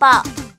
报。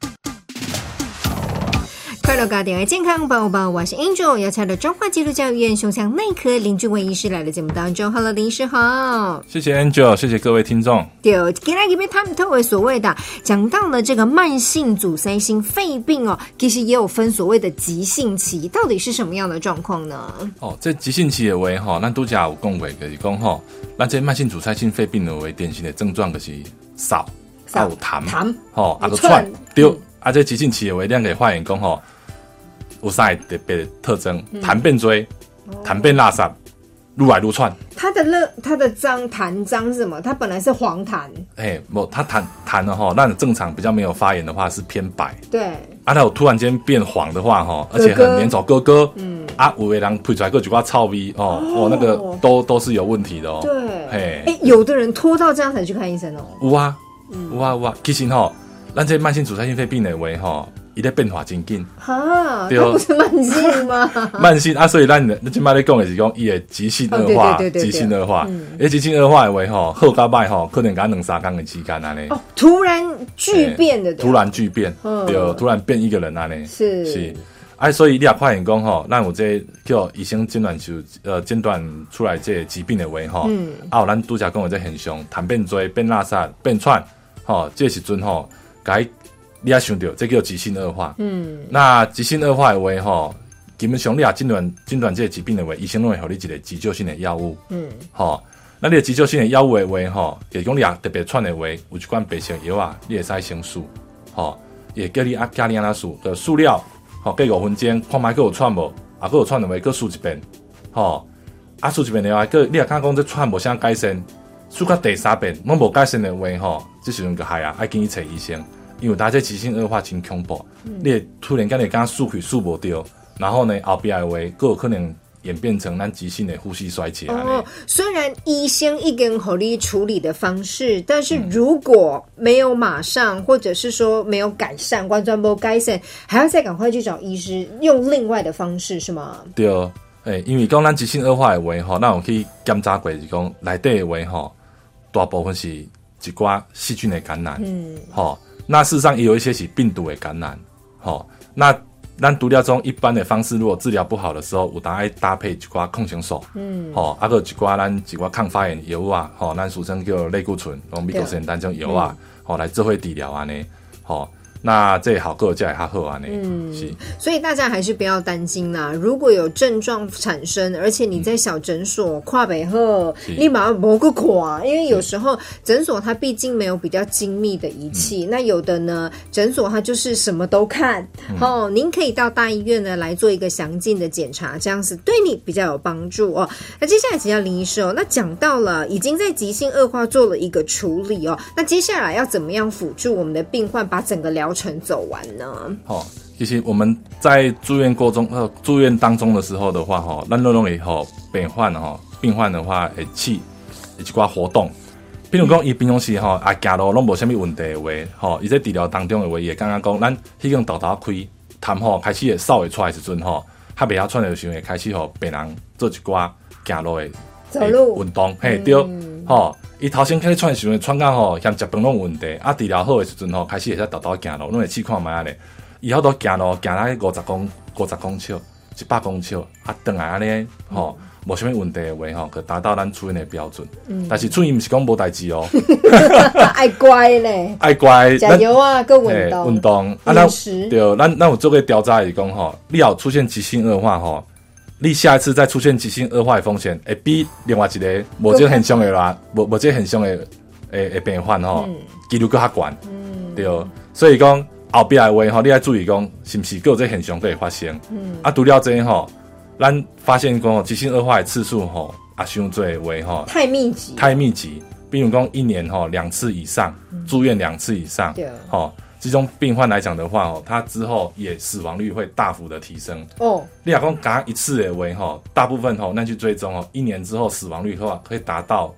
快乐家庭的健康宝宝，我是 Angel， 邀请了中华基督教医院胸腔内科林俊伟医师来到节目当中。Hello， 林医师好。 谢谢 Angel， 谢谢各位听众。 对，今天这边他们特为所谓的讲到了这个慢性阻塞性肺病哦，其实也有分所谓的急性期，到底是什么样的状况呢？ 这急性期的话吼，咱拄则有讲过，就是讲吼，咱这慢性阻塞性肺病的话，典型的症状就是少，有痰，吼，有喘，对，这急性期的话，咱可以发现讲吼。有啥特别的特征？痰变多，痰变垃圾，愈来愈喘。 它的痰脏是什么？它本来是黄痰。 它痰的哈，那正常比较没有发炎的话是偏白。 对。 它有突然间变黄的话哈，而且很粘稠哥哥。有的人配出来个几挂臭味那个都是有问题的哦。 对。有的人拖到这样才去看医生哦。 有啊。其实哈，咱这慢性阻塞性肺病的话哈。伊在变化真紧， 它不是慢性吗？ 慢性所以咱今麦咧讲的是讲伊的急性恶化，急性恶化。急性恶化的话吼，好到歹吼，可能讲2-3天的时间安尼。 突然巨变的， 突然巨变，对，突然变一个人安尼。 是。 所以你也发现讲吼，咱有这叫医生诊断出来这疾病的话吼，有咱拄则讲的这现象，痰变多、变垃圾、变喘，这时阵吼，该。你也想到，这叫急性恶化。那急性恶化的话，吼，基本上你也诊断这个疾病的话，医生拢会给你一个急救性的药物。那你的急救性的药物的话，吼，就是讲你也特别喘的话，有一款白色药啊，你会使先输，也叫你加你安那输的输了，过5分钟，看卖有喘无，有喘的话，搁输一遍，输一遍的话，你也敢讲这喘无啥改善，输到第3遍，拢无改善的话，这时阵就害啊，爱紧去找医生。因为大家急性恶化真恐怖，你会突然间会敢输去输不掉，然后呢后边的话，更有可能演变成咱急性的呼吸衰竭。 虽然医生一根合理处理的方式，但是如果没有马上，或者是说没有改善，完全没改善，还要再赶快去找医师，用另外的方式是吗？ 对，因为讲咱急性恶化的话，咱有去检查过，就是讲内底的话，大部分是一寡细菌的感染，那事实上也有一些是病毒的感染，那咱除了这种一般的方式，如果治疗不好的时候，有当爱搭配一寡抗生素，还有一寡抗发炎药啊，咱俗称叫类固醇，美国实验单这种药啊，来做会治疗安尼，那这好个这也较好安尼，是。 所以大家还是不要担心啦。如果有症状产生，而且你在小诊所看不好，你马上没个看，因为有时候诊所它毕竟没有比较精密的仪器，那有的呢诊所它就是什么都看，您可以到大医院呢来做一个详尽的检查，这样子对你比较有帮助哦。那接下来请教林医师哦，那讲到了已经在急性恶化做了一个处理哦，那接下来要怎么样辅助我们的病患把整个疗程走完呢？ 其实我们在住院当中的时候的话，咱都容易病患的话会起一寡活动，比如讲伊平常时行路拢无啥物问题的话，伊在治疗当中的话，伊会感觉讲咱迄根豆豆开痰开始会扫会出来的时阵较袂晓喘的时候，会开始病人做一寡行路的走路运动，对，伊头先开始喘的时候，喘到嫌食饭拢有问题，治疗好的时阵开始会使豆豆行路，拢会试看卖咧。以后都行路行来50公尺、100公尺，转来安尼无啥物问题的话可达到咱出院的标准。但是出院不是讲无代志哦， 爱乖咧， 爱乖， 加油啊，个运动， 饮食对，咱有做个调查是讲你要出现急性恶化你下一次再出现急性恶化的风险，会比另外一个无这现象的啦，无这现象的病患几率更较悬，对，所以讲。后壁的话你要注意讲是不是各有这现象都会发生。除了这咱发现讲急性恶化的次数伤多的话太密集， 比如讲1年2次以上，住院2次以上，这种病患来讲的话他之后也死亡率会大幅的提升。你若讲刚一次的话大部分咱去追踪1年之后死亡率的话可以达到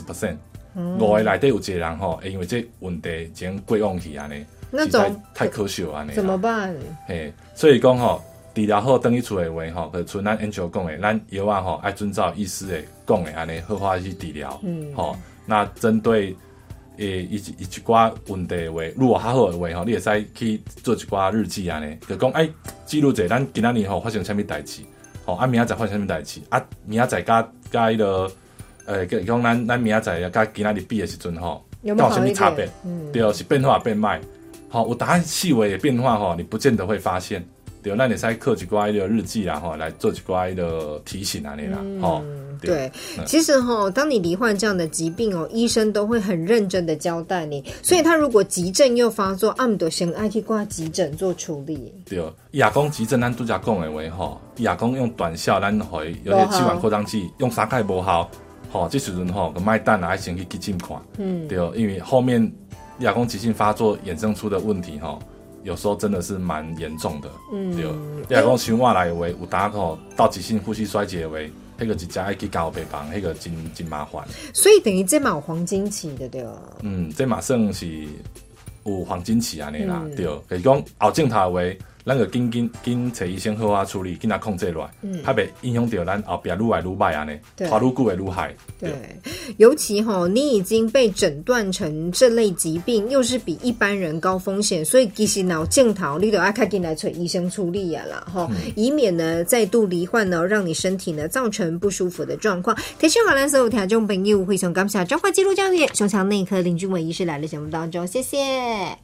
20%。5个内底有一个人会因为这问题前过往去安尼。那种太可惜了， 怎么办？ 所以讲治疗好，等于出的话就像咱 Angel 讲的，咱药爱遵照医师的讲的安尼好好去治疗。那针对一寡问题的话，如果较好的话吼，你会使去做一寡日记安尼，就讲记录者咱今仔日吼发生啥物代志，明仔载发生啥物代志，明仔载甲迄个讲咱明仔载甲今仔日比的时阵吼，有啥物差别？对，是变好变歹，有答案细微的变化你不见得会发现。对，那你才刻一寡的日记啦，来做一寡的提醒啊，你啦， 对，其实当你罹患这样的疾病医生都会很认真的交代你，所以他如果急症又发作，我们就先爱去挂急诊做处理。 对，伊也讲急诊，咱拄则讲的话伊也讲用短效，咱会有些气管扩张剂用3开无效，这时阵就莫等啦，爱先去急诊看。对，因为后面也讲急性发作衍生出的问题有时候真的是蛮严重的，对。你若讲像我来的话，有当到急性呼吸衰竭的话，迄个一只爱去交病房，迄个真麻烦。 所以等于这嘛有黄金期的对吧？ 这嘛算是有黄金期安尼啦，对。就是讲后镜头的话，咱就紧找医生好好处理，紧来控制落来，还袂影响到咱后壁愈来愈歹安尼，拖愈久会愈害。 对，尤其你已经被诊断成这类疾病，又是比一般人高风险，所以其实脑镜头你都要赶紧来找医生处理啦，以免呢再度罹患呢，让你身体呢造成不舒服的状况。提醒好咱所有听众朋友，非常感谢中华纪录教育胸腔内科林俊伟医师来了节目当中，谢谢。